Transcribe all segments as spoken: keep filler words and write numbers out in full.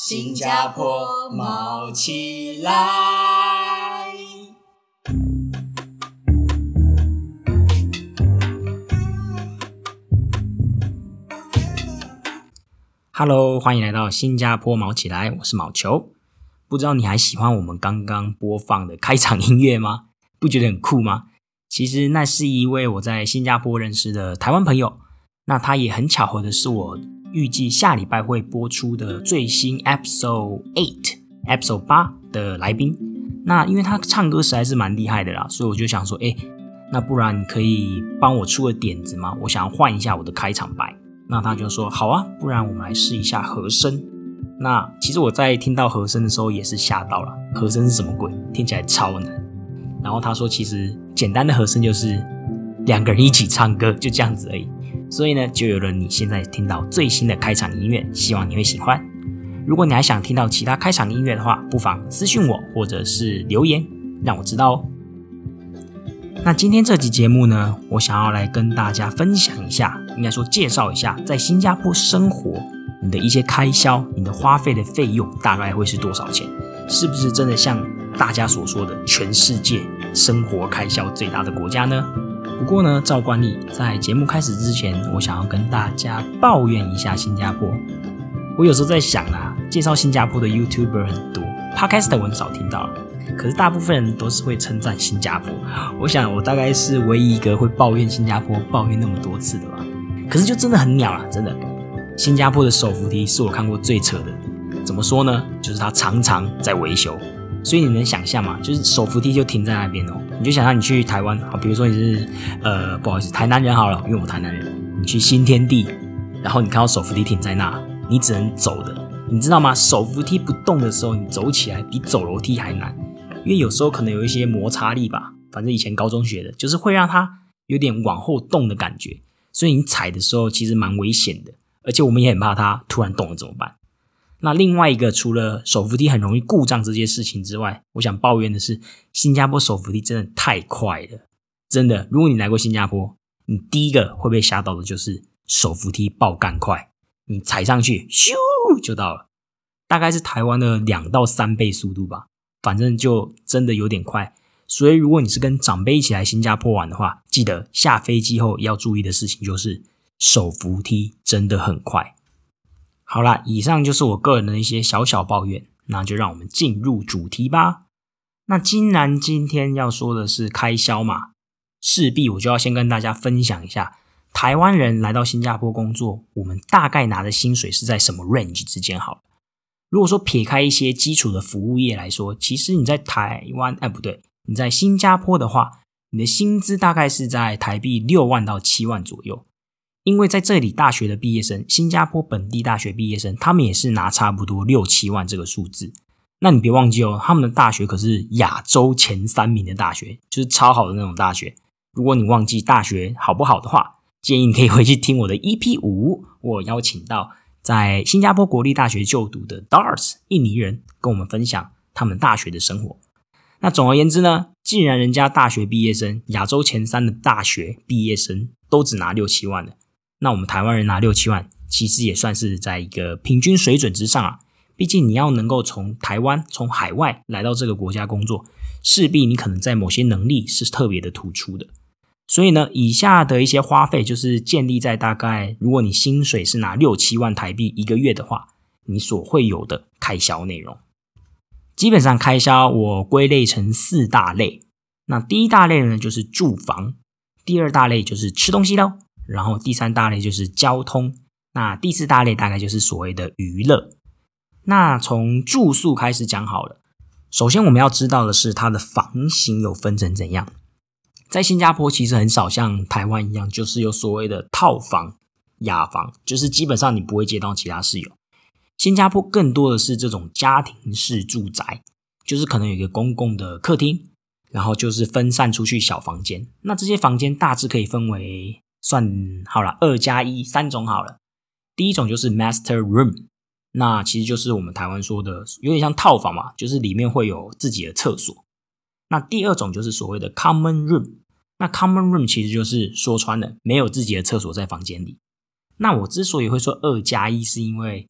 新加坡毛起来。Hello， 欢迎来到新加坡毛起来，我是毛球。不知道你还喜欢我们刚刚播放的开场音乐吗？不觉得很酷吗？其实那是一位我在新加坡认识的台湾朋友，那他也很巧合的是我预计下礼拜会播出的最新 episode 八 episode 八的来宾。那因为他唱歌实在是蛮厉害的啦，所以我就想说，诶，那不然你可以帮我出个点子吗？我想要换一下我的开场白。那他就说好啊，不然我们来试一下和声。那其实我在听到和声的时候也是吓到了，和声是什么鬼？听起来超难。然后他说其实简单的和声就是两个人一起唱歌，就这样子而已。所以呢，就有了你现在听到最新的开场音乐，希望你会喜欢。如果你还想听到其他开场音乐的话，不妨私讯我或者是留言让我知道哦。那今天这集节目呢，我想要来跟大家分享一下，应该说介绍一下在新加坡生活你的一些开销，你的花费的费用大概会是多少钱，是不是真的像大家所说的全世界生活开销最大的国家呢？不过呢，照惯例，在节目开始之前，我想要跟大家抱怨一下新加坡。我有时候在想啊，介绍新加坡的 YouTuber 很多， Podcast 我很少听到，可是大部分人都是会称赞新加坡。我想我大概是唯一一个会抱怨新加坡抱怨那么多次的吧。可是就真的很鸟啦，真的。新加坡的手扶梯是我看过最扯的，怎么说呢？就是它常常在维修。所以你能想象吗？就是手扶梯就停在那边哦，你就想象你去台湾，好，比如说你是呃不好意思台南人好了，因为我台南人，你去新天地，然后你看到手扶梯停在那，你只能走的，你知道吗？手扶梯不动的时候，你走起来比走楼梯还难，因为有时候可能有一些摩擦力吧，反正以前高中学的，就是会让它有点往后动的感觉，所以你踩的时候其实蛮危险的，而且我们也很怕它突然动了怎么办。那另外一个，除了手扶梯很容易故障这件事情之外，我想抱怨的是，新加坡手扶梯真的太快了，真的。如果你来过新加坡，你第一个会被吓到的就是手扶梯爆干快，你踩上去，咻就到了，大概是台湾的两到三倍速度吧，反正就真的有点快。所以如果你是跟长辈一起来新加坡玩的话，记得下飞机后要注意的事情就是手扶梯真的很快。好啦，以上就是我个人的一些小小抱怨，那就让我们进入主题吧。那既然今天要说的是开销嘛，势必我就要先跟大家分享一下，台湾人来到新加坡工作，我们大概拿的薪水是在什么 range 之间好了。如果说撇开一些基础的服务业来说，其实你在台湾，哎不对，你在新加坡的话，你的薪资大概是在台币六万到七万左右。因为在这里大学的毕业生，新加坡本地大学毕业生，他们也是拿差不多六七万这个数字。那你别忘记哦，他们的大学可是亚洲前三名的大学，就是超好的那种大学。如果你忘记大学好不好的话，建议你可以回去听我的 E P 五， 我邀请到在新加坡国立大学就读的 Dars 印尼人跟我们分享他们大学的生活。那总而言之呢，既然人家大学毕业生，亚洲前三的大学毕业生都只拿六七万了，那我们台湾人拿六七万，其实也算是在一个平均水准之上啊。毕竟你要能够从台湾、从海外来到这个国家工作，势必你可能在某些能力是特别的突出的。所以呢，以下的一些花费就是建立在大概，如果你薪水是拿六七万台币一个月的话，你所会有的开销内容。基本上开销我归类成四大类。那第一大类呢就是住房，第二大类就是吃东西咯，然后第三大类就是交通，那第四大类大概就是所谓的娱乐。那从住宿开始讲好了。首先我们要知道的是它的房型有分成怎样。在新加坡其实很少像台湾一样，就是有所谓的套房、雅房，就是基本上你不会接到其他室友。新加坡更多的是这种家庭式住宅，就是可能有一个公共的客厅，然后就是分散出去小房间。那这些房间大致可以分为算好了二加一三种好了。第一种就是 master room， 那其实就是我们台湾说的有点像套房嘛，就是里面会有自己的厕所。那第二种就是所谓的 common room， 那 common room 其实就是说穿了没有自己的厕所在房间里。那我之所以会说二加一，是因为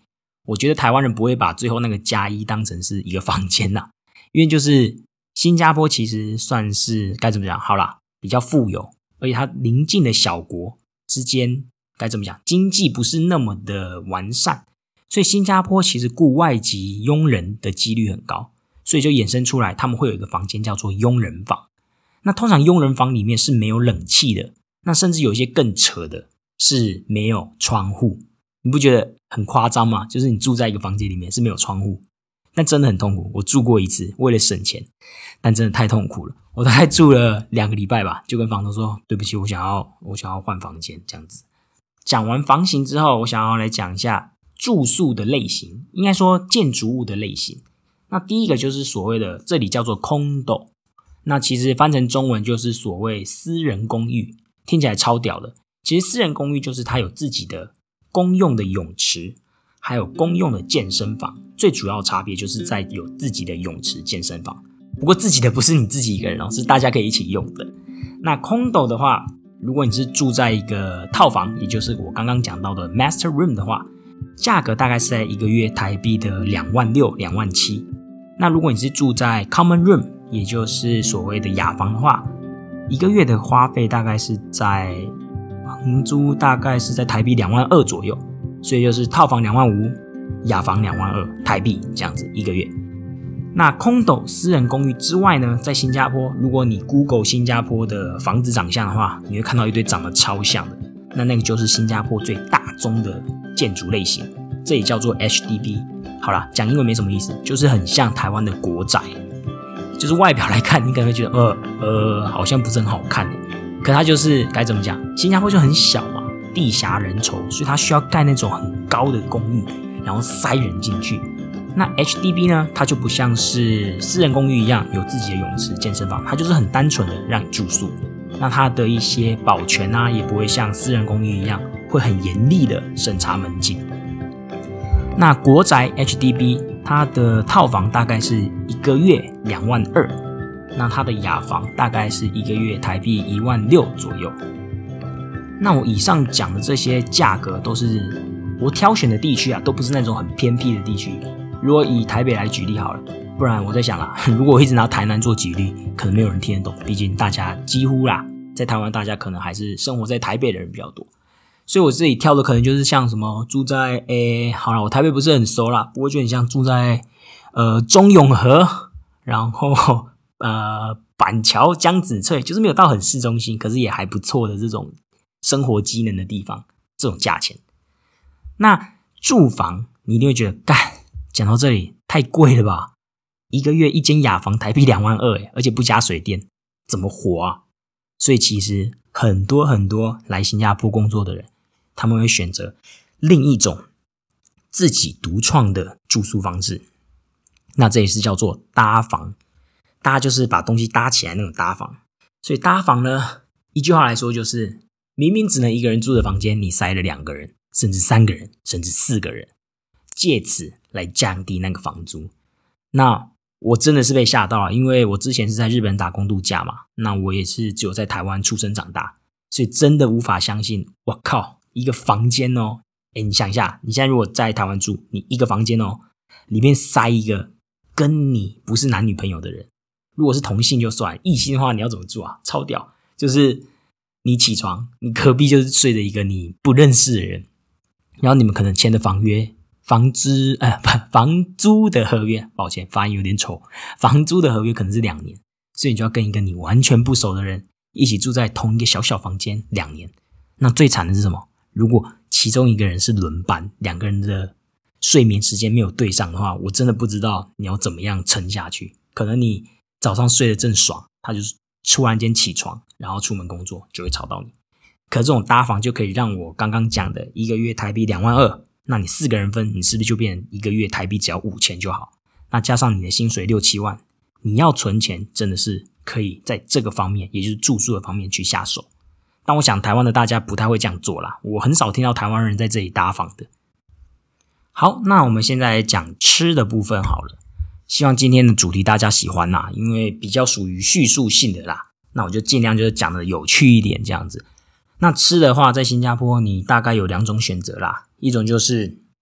我觉得台湾人不会把最后那个加一当成是一个房间啦，因为就是新加坡其实算是该怎么讲，好啦，比较富有，而且它邻近的小国之间该怎么讲，经济不是那么的完善，所以新加坡其实雇外籍佣人的几率很高，所以就衍生出来他们会有一个房间叫做佣人房。那通常佣人房里面是没有冷气的，那甚至有一些更扯的是没有窗户，你不觉得很夸张吗？就是你住在一个房间里面是没有窗户，但真的很痛苦。我住过一次，为了省钱，但真的太痛苦了。我大概住了两个礼拜吧，就跟房东说对不起，我想要我想要换房间这样子。讲完房型之后，我想要来讲一下住宿的类型，应该说建筑物的类型。那第一个就是所谓的，这里叫做condo，那其实翻成中文就是所谓私人公寓，听起来超屌的。其实私人公寓就是它有自己的公用的泳池，还有公用的健身房，最主要的差别就是在有自己的泳池健身房。不过自己的不是你自己一个人哦，是大家可以一起用的。那 condo 的话，如果你是住在一个套房，也就是我刚刚讲到的 master room 的话，价格大概是在一个月台币的两万六、两万七。那如果你是住在 common room， 也就是所谓的雅房的话，一个月的花费大概是在房租大概是在台币两万二左右，所以就是套房两万五，雅房两万二台币这样子一个月。那condo私人公寓之外呢，在新加坡，如果你 Google 新加坡的房子长相的话，你会看到一堆长得超像的，那那个就是新加坡最大宗的建筑类型，这也叫做 H D B。 好啦，讲英文没什么意思，就是很像台湾的国宅，就是外表来看你可能会觉得呃呃好像不是很好看耶，可它就是该怎么讲，新加坡就很小嘛，地狭人稠，所以它需要盖那种很高的公寓，然后塞人进去。那 H D B 呢，它就不像是私人公寓一样有自己的泳池健身房，它就是很单纯的让你住宿，那它的一些保全啊也不会像私人公寓一样会很严厉的审查门禁。那国宅 H D B 它的套房大概是一个月两万二，那它的雅房大概是一个月台币一万六左右。那我以上讲的这些价格都是我挑选的地区啊，都不是那种很偏僻的地区。如果以台北来举例好了，不然我在想啦，如果我一直拿台南做举例，可能没有人听得懂，毕竟大家几乎啦，在台湾大家可能还是生活在台北的人比较多，所以我自己挑的可能就是像什么住在诶，好啦，我台北不是很熟啦，不过就很像住在呃中永和，然后呃板桥、江子翠，就是没有到很市中心，可是也还不错的这种生活机能的地方，这种价钱。那住房你一定会觉得干。讲到这里太贵了吧，一个月一间雅房台币两万二耶，而且不加水电，怎么活啊？所以其实很多很多来新加坡工作的人，他们会选择另一种自己独创的住宿方式，那这也是叫做搭房。搭就是把东西搭起来那种搭房。所以搭房呢，一句话来说就是明明只能一个人住的房间，你塞了两个人，甚至三个人，甚至四个人，借此来降低那个房租。那我真的是被吓到了，因为我之前是在日本打工度假嘛，那我也是只有在台湾出生长大，所以真的无法相信，我靠，一个房间哦，诶，你想一下，你现在如果在台湾住，你一个房间哦，里面塞一个跟你不是男女朋友的人，如果是同性就算，异性的话你要怎么住啊？超屌，就是你起床，你隔壁就是睡着一个你不认识的人，然后你们可能签的房约。房租呃不房租的合约，抱歉发音有点丑，房租的合约可能是两年，所以你就要跟一个你完全不熟的人一起住在同一个小小房间两年。那最惨的是什么？如果其中一个人是轮班，两个人的睡眠时间没有对上的话，我真的不知道你要怎么样撑下去。可能你早上睡得正爽，他就是突然间起床，然后出门工作就会吵到你。可这种搭房就可以让我刚刚讲的一个月台币两万二。那你四个人分，你是不是就变成一个月台币只要五千就好？那加上你的薪水六七万，你要存钱真的是可以在这个方面，也就是住宿的方面去下手。但我想台湾的大家不太会这样做啦，我很少听到台湾人在这里搭房的。好，那我们现在来讲吃的部分好了。希望今天的主题大家喜欢啦，因为比较属于叙述性的啦，那我就尽量就是讲的有趣一点这样子。那吃的话，在新加坡你大概有两种选择啦，一种就是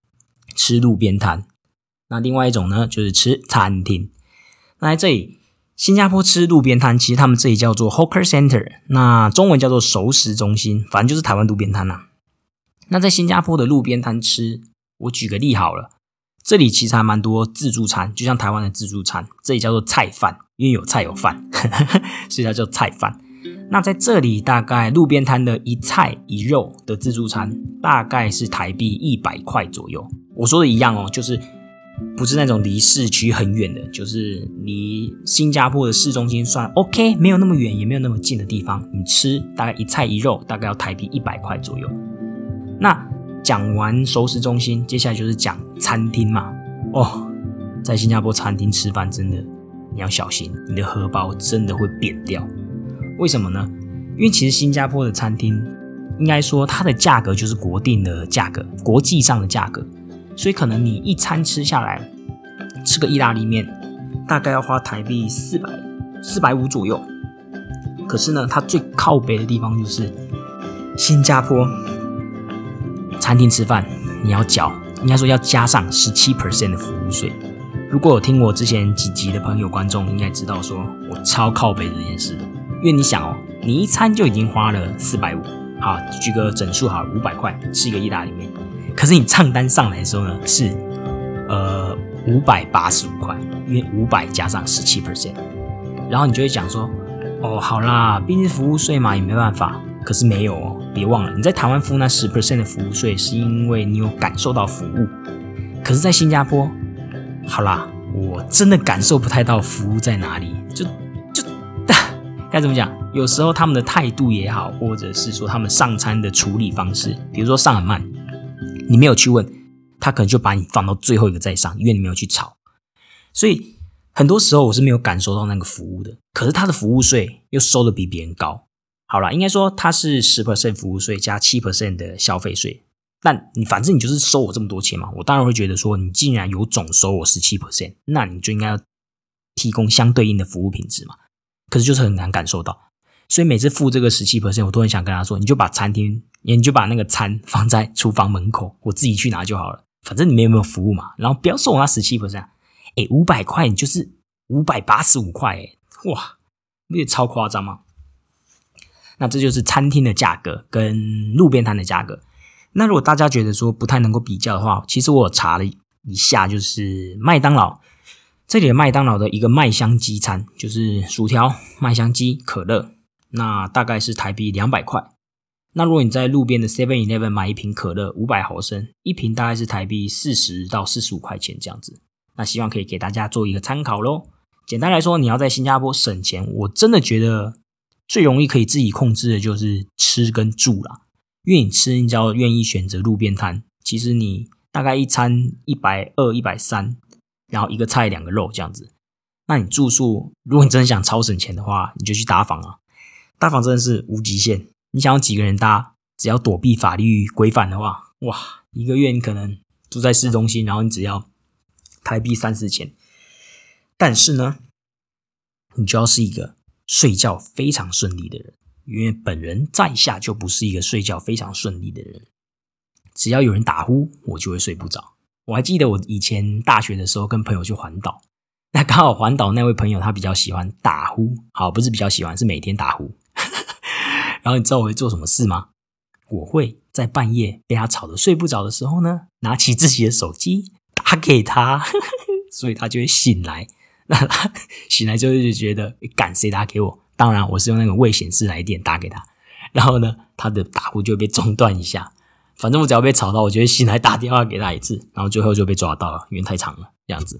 吃路边摊，那另外一种呢就是吃餐厅。那在这里新加坡吃路边摊，其实他们这里叫做 Hawker Center， 那中文叫做熟食中心，反正就是台湾路边摊啦、啊。那在新加坡的路边摊吃，我举个例好了，这里其实还蛮多自助餐，就像台湾的自助餐，这里叫做菜饭，因为有菜有饭所以它叫菜饭。那在这里大概路边摊的一菜一肉的自助餐大概是台币一百块左右。我说的一样哦，就是不是那种离市区很远的，就是离新加坡的市中心算 OK， 没有那么远也没有那么近的地方，你吃大概一菜一肉大概要台币一百块左右。那讲完熟食中心，接下来就是讲餐厅嘛。哦，在新加坡餐厅吃饭真的你要小心，你的荷包真的会扁掉。为什么呢？因为其实新加坡的餐厅应该说它的价格就是国定的价格，国际上的价格，所以可能你一餐吃下来，吃个意大利面大概要花台币四百、四百五十左右。可是呢，它最靠北的地方就是新加坡餐厅吃饭你要缴，应该说要加上 百分之十七 的服务税。如果有听我之前几集的朋友观众应该知道说我超靠北这件事的。因为你想哦，你一餐就已经花了四百五十，好，举个整数好，五百块吃一个意大利面。可是你账单上来的时候呢，是呃五百八十五块，因为五百加上 百分之十七， 然后你就会讲说，哦，好啦，毕竟服务税嘛，也没办法。可是没有哦，别忘了，你在台湾付那 百分之十 的服务税，是因为你有感受到服务。可是在新加坡，好啦，我真的感受不太到服务在哪里，就就该怎么讲？有时候他们的态度也好，或者是说他们上餐的处理方式，比如说上很慢，你没有去问，他可能就把你放到最后一个再上，因为你没有去吵。所以很多时候我是没有感受到那个服务的，可是他的服务税又收的比别人高。好啦，应该说他是 百分之十 服务税加 百分之七 的消费税，但你反正你就是收我这么多钱嘛，我当然会觉得说你既然有总收我 百分之十七， 那你就应该要提供相对应的服务品质嘛。可是就是很难感受到，所以每次付这个 百分之十七， 我都很想跟他说，你就把餐厅，你就把那个餐放在厨房门口，我自己去拿就好了，反正你们有没有服务嘛，然后不要收我那 百分之十七， 诶五百块你就是五百八十五块，诶哇，不也超夸张吗？那这就是餐厅的价格跟路边摊的价格。那如果大家觉得说不太能够比较的话，其实我有查了一下，就是麦当劳这里的麦当劳的一个麦香鸡餐，就是薯条、麦香鸡、可乐，那大概是台币两百块。那如果你在路边的 seven eleven 买一瓶可乐五百毫升，一瓶大概是台币四十到四十五块钱这样子。那希望可以给大家做一个参考咯。简单来说，你要在新加坡省钱，我真的觉得最容易可以自己控制的就是吃跟住啦。因为你吃你只要愿意选择路边摊，其实你大概一餐一百二、一百三十，然后一个菜两个肉这样子。那你住宿，如果你真的想超省钱的话，你就去搭房啊。搭房真的是无极限，你想要几个人搭，只要躲避法律规范的话，哇，一个月你可能住在市中心，然后你只要台币三四千。但是呢，你就要是一个睡觉非常顺利的人，因为本人在下就不是一个睡觉非常顺利的人，只要有人打呼，我就会睡不着。我还记得我以前大学的时候跟朋友去环岛，那刚好环岛那位朋友他比较喜欢打呼，好，不是比较喜欢，是每天打呼。然后你知道我会做什么事吗？我会在半夜被他吵得睡不着的时候呢，拿起自己的手机打给他，所以他就会醒来。那他醒来之后就觉得，干谁打给我？当然我是用那个未显示来电打给他，然后呢，他的打呼就会被中断一下。反正我只要被吵到，我就会醒来打电话给他一次，然后最后就被抓到了，因为太长了，这样子。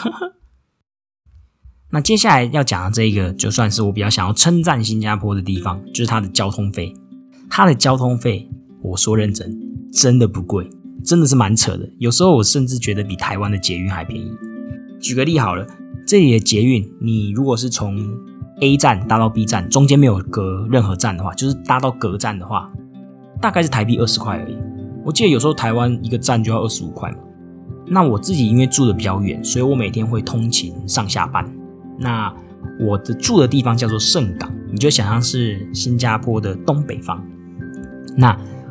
那接下来要讲的这个，就算是我比较想要称赞新加坡的地方，就是它的交通费。它的交通费，我说认真，真的不贵，真的是蛮扯的。有时候我甚至觉得比台湾的捷运还便宜。举个例好了，这里的捷运，你如果是从 A 站搭到 B 站，中间没有隔任何站的话，就是搭到隔站的话，大概是台币二十块而已。我记得有时候台湾一个站就要二十五块嘛。那我自己因为住的比较远，所以我每天会通勤上下班。那我的住的地方叫做盛港，你就想象是新加坡的东北方。那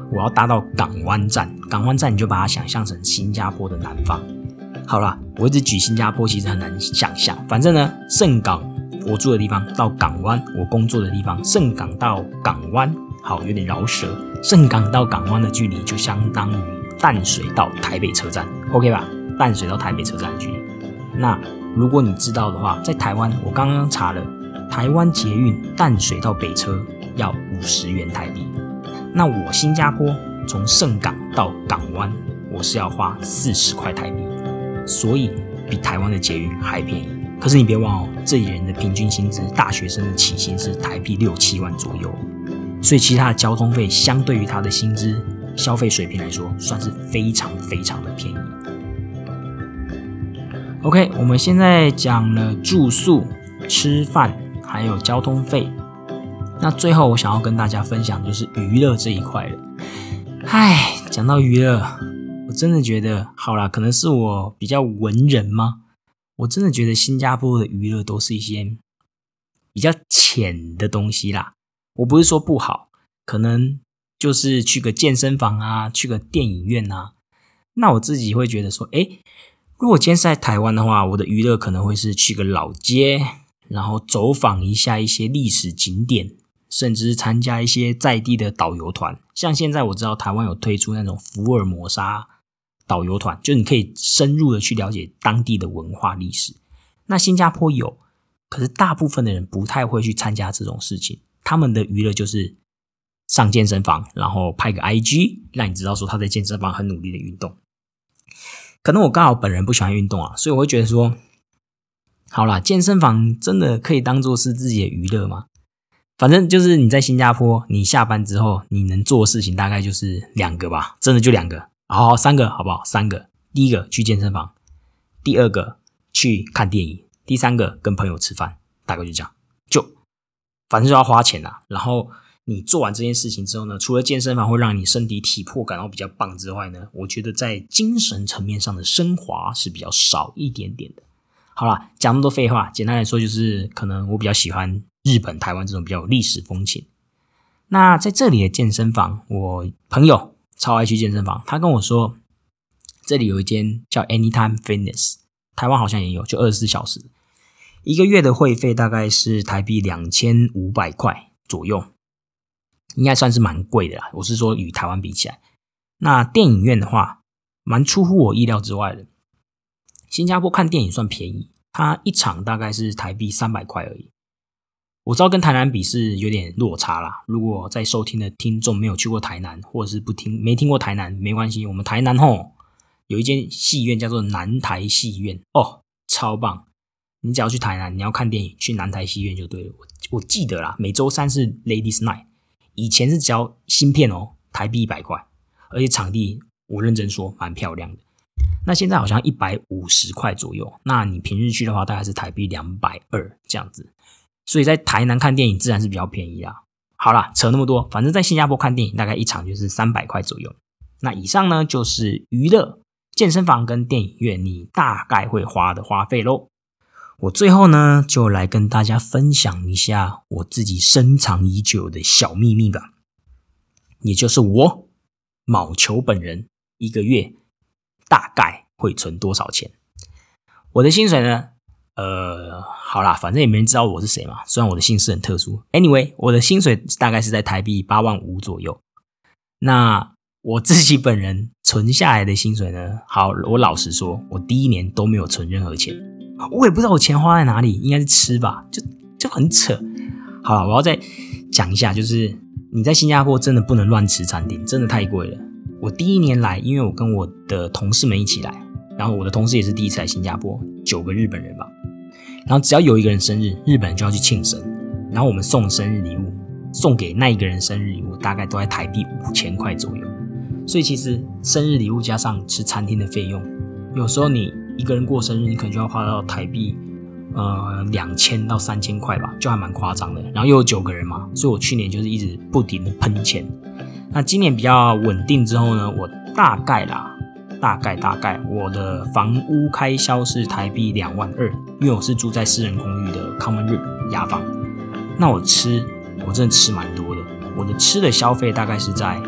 我要搭到港湾站，港湾站你就把它想象成新加坡的南方。好啦，我一直举新加坡其实很难想象，反正呢，嵊港我住的地方到港湾我工作的地方，嵊港到港湾，好，有点饶舌，嵊港到港湾的距离就相当于淡水到台北车站 OK 吧，淡水到台北车站的距离。那如果你知道的话，在台湾我刚刚查了，台湾捷运淡水到北车要五十元台币，那我新加坡从嵊港到港湾我是要花四十块台币，所以比台湾的捷运还便宜。可是你别忘哦，这里人的平均薪资，大学生的起薪是台币六七万左右，所以其他的交通费相对于他的薪资消费水平来说，算是非常非常的便宜。OK， 我们现在讲了住宿、吃饭，还有交通费。那最后我想要跟大家分享就是娱乐这一块了。唉，讲到娱乐，我真的觉得，好啦，可能是我比较文人吗？我真的觉得新加坡的娱乐都是一些比较浅的东西啦。我不是说不好，可能就是去个健身房啊，去个电影院啊。那我自己会觉得说，诶，如果今天是在台湾的话，我的娱乐可能会是去个老街，然后走访一下一些历史景点，甚至参加一些在地的导游团。像现在我知道台湾有推出那种福尔摩沙导游团，就是你可以深入的去了解当地的文化历史。那新加坡有，可是大部分的人不太会去参加这种事情。他们的娱乐就是上健身房，然后拍个 I G 让你知道说他在健身房很努力的运动。可能我刚好本人不喜欢运动啊，所以我会觉得说，好啦，健身房真的可以当作是自己的娱乐吗？反正就是你在新加坡，你下班之后你能做的事情大概就是两个吧，真的就两个，好，三个好不好？三个，第一个去健身房，第二个去看电影，第三个跟朋友吃饭，大概就这样，就反正就要花钱啦。然后你做完这件事情之后呢，除了健身房会让你身体体魄感到比较棒之外呢，我觉得在精神层面上的升华是比较少一点点的。好啦，讲那么多废话，简单来说就是可能我比较喜欢日本、台湾这种比较有历史风情。那在这里的健身房，我朋友超爱去健身房，他跟我说这里有一间叫 Anytime Fitness， 台湾好像也有，就二十四小时，一个月的会费大概是台币两千五百块左右，应该算是蛮贵的啦，我是说与台湾比起来。那电影院的话蛮出乎我意料之外的，新加坡看电影算便宜，它一场大概是台币三百块而已。我知道跟台南比是有点落差啦，如果在收听的听众没有去过台南，或者是不听没听过台南，没关系，我们台南吼有一间戏院叫做南台戏院哦，超棒。你只要去台南你要看电影，去南台戏院就对了。 我, 我记得啦，每周三是 Ladies Night， 以前是只要新片哦，台币一百块，而且场地我认真说蛮漂亮的。那现在好像一百五十块左右，那你平日去的话大概是台币两百二十这样子，所以在台南看电影自然是比较便宜啦。好啦，扯那么多，反正在新加坡看电影大概一场就是三百块左右。那以上呢就是娱乐、健身房跟电影院你大概会花的花费咯。我最后呢就来跟大家分享一下我自己深藏已久的小秘密吧，也就是我卯球本人一个月大概会存多少钱。我的薪水呢呃，好啦，反正也没人知道我是谁嘛，虽然我的姓氏很特殊。 Anyway， 我的薪水大概是在台币八万五左右。那我自己本人存下来的薪水呢，好，我老实说我第一年都没有存任何钱，我也不知道我钱花在哪里，应该是吃吧，就就很扯。好啦，我要再讲一下，就是你在新加坡真的不能乱吃餐厅，真的太贵了。我第一年来，因为我跟我的同事们一起来，然后我的同事也是第一次来新加坡，九个日本人吧，然后只要有一个人生日，日本人就要去庆生，然后我们送生日礼物，送给那一个人生日礼物大概都在台币五千块左右。所以其实生日礼物加上吃餐厅的费用，有时候你一个人过生日你可能就要花到台币呃两千到三千块吧，就还蛮夸张的。然后又有九个人嘛，所以我去年就是一直不停的喷钱。那今年比较稳定之后呢，我大概啦大概大概我的房屋开销是台币两万二，因为我是住在私人公寓的 common room 雅房。那我吃我真的吃蛮多的，我的吃的消费大概是在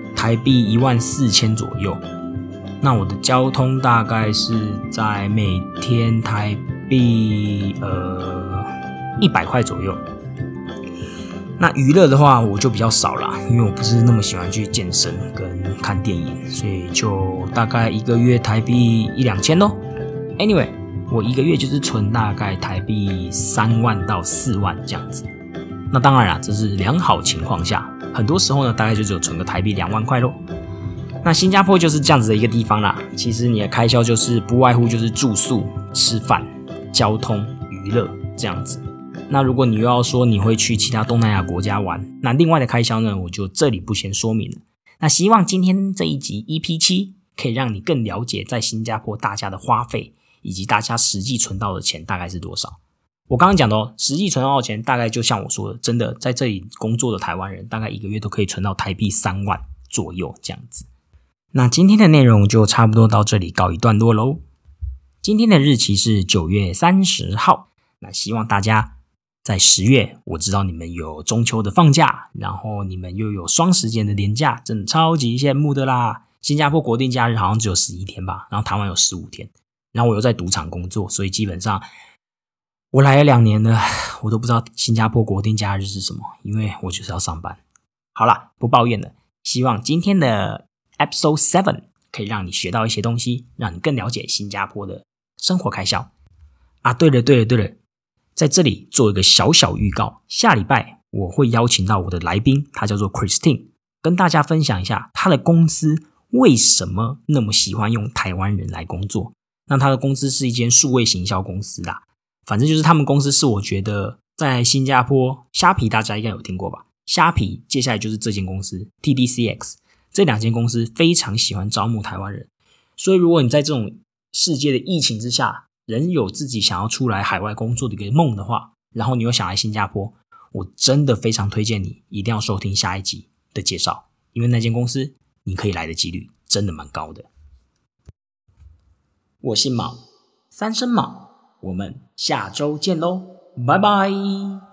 台币一万四千左右。那我的交通大概是在每天台币呃一百块左右。那娱乐的话我就比较少啦，因为我不是那么喜欢去健身跟看电影，所以就大概一个月台币一两千咯。Anyway， 我一个月就是存大概台币三万到四万这样子。那当然啦，这是良好情况下，很多时候呢大概就只有存个台币两万块咯。那新加坡就是这样子的一个地方啦，其实你的开销就是不外乎就是住宿、吃饭、交通、娱乐这样子。那如果你又要说你会去其他东南亚国家玩，那另外的开销呢，我就这里不先说明了。那希望今天这一集 E P 七 可以让你更了解在新加坡大家的花费，以及大家实际存到的钱大概是多少。我刚刚讲的哦，实际存到的钱大概就像我说的，真的在这里工作的台湾人大概一个月都可以存到台币三万左右这样子。那今天的内容就差不多到这里告一段落咯。今天的日期是九月三十号，那希望大家在十月，我知道你们有中秋的放假，然后你们又有双十节的连假，真的超级羡慕的啦。新加坡国定假日好像只有十一天吧，然后台湾有十五天，然后我又在赌场工作，所以基本上我来了两年了，我都不知道新加坡国定假日是什么，因为我就是要上班。好啦，不抱怨了，希望今天的 Episode 七可以让你学到一些东西，让你更了解新加坡的生活开销。啊，对了对了对了，在这里做一个小小预告，下礼拜我会邀请到我的来宾，他叫做 Christine， 跟大家分享一下他的公司为什么那么喜欢用台湾人来工作。那他的公司是一间数位行销公司啦，反正就是他们公司是我觉得在新加坡，虾皮大家应该有听过吧，虾皮接下来就是这间公司 T D C X， 这两间公司非常喜欢招募台湾人，所以如果你在这种世界的疫情之下，人有自己想要出来海外工作的一个梦的话，然后你又想来新加坡，我真的非常推荐你一定要收听下一集的介绍，因为那间公司你可以来的几率真的蛮高的。我姓毛，三声毛，我们下周见咯，拜拜。